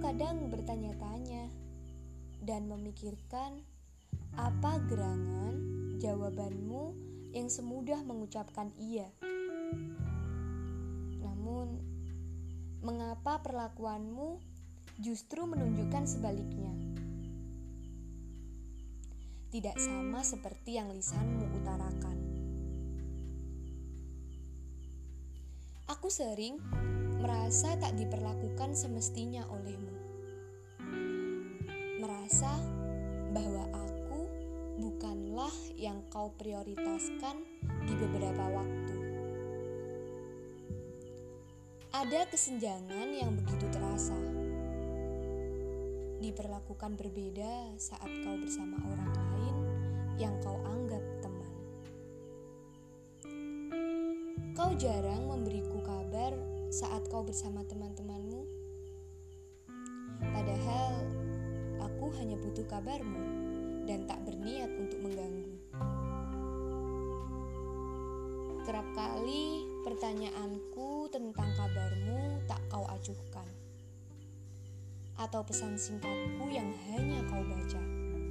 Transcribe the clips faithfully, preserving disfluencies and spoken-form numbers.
kadang bertanya-tanya dan memikirkan apa gerangan jawabanmu yang semudah mengucapkan iya. Namun, mengapa perlakuanmu justru menunjukkan sebaliknya? Tidak sama seperti yang lisanmu utarakan. Aku sering merasa tak diperlakukan semestinya olehmu. Merasa bahwa aku bukanlah yang kau prioritaskan di beberapa waktu. Ada kesenjangan yang begitu terasa. Diperlakukan berbeda saat kau bersama orang lain yang kau anggap teman. Kau jarang memberiku kabar saat kau bersama teman-temanmu. Padahal aku hanya butuh kabarmu dan tak berniat untuk mengganggu. Kerap kali pertanyaanku tentang kabarmu tak kau acuhkan. Atau pesan singkatku yang hanya kau baca.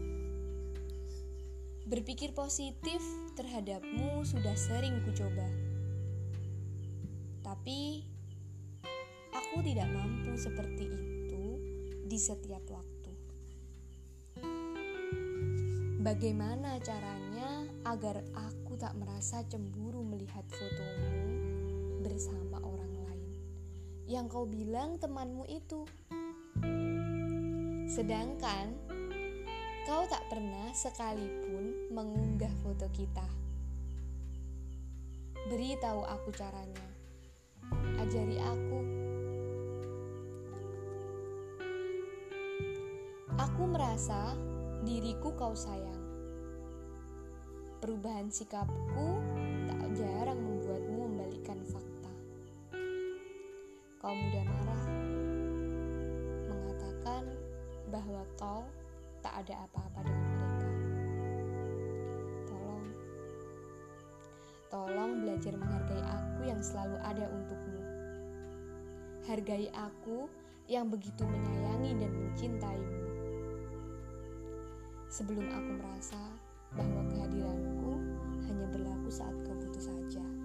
Berpikir positif terhadapmu sudah sering kucoba. Tapi, aku tidak mampu seperti itu di setiap waktu. Bagaimana caranya agar aku tak merasa cemburu melihat fotomu bersama orang lain yang kau bilang temanmu itu? Sedangkan kau tak pernah sekalipun mengunggah foto kita. Beritahu aku caranya. Ajari aku. Aku merasa diriku kau sayang. Perubahan sikapku tak jarang membuatmu membalikkan fakta. Kau mudah marah, mengatakan bahwa kau tak ada apa-apa dengan mereka. Tolong, tolong belajar menghargai aku yang selalu ada untukmu. Hargai aku yang begitu menyayangi dan mencintaimu. Sebelum aku merasa bahwa kehadiranku hanya berlaku saat kau butuh saja.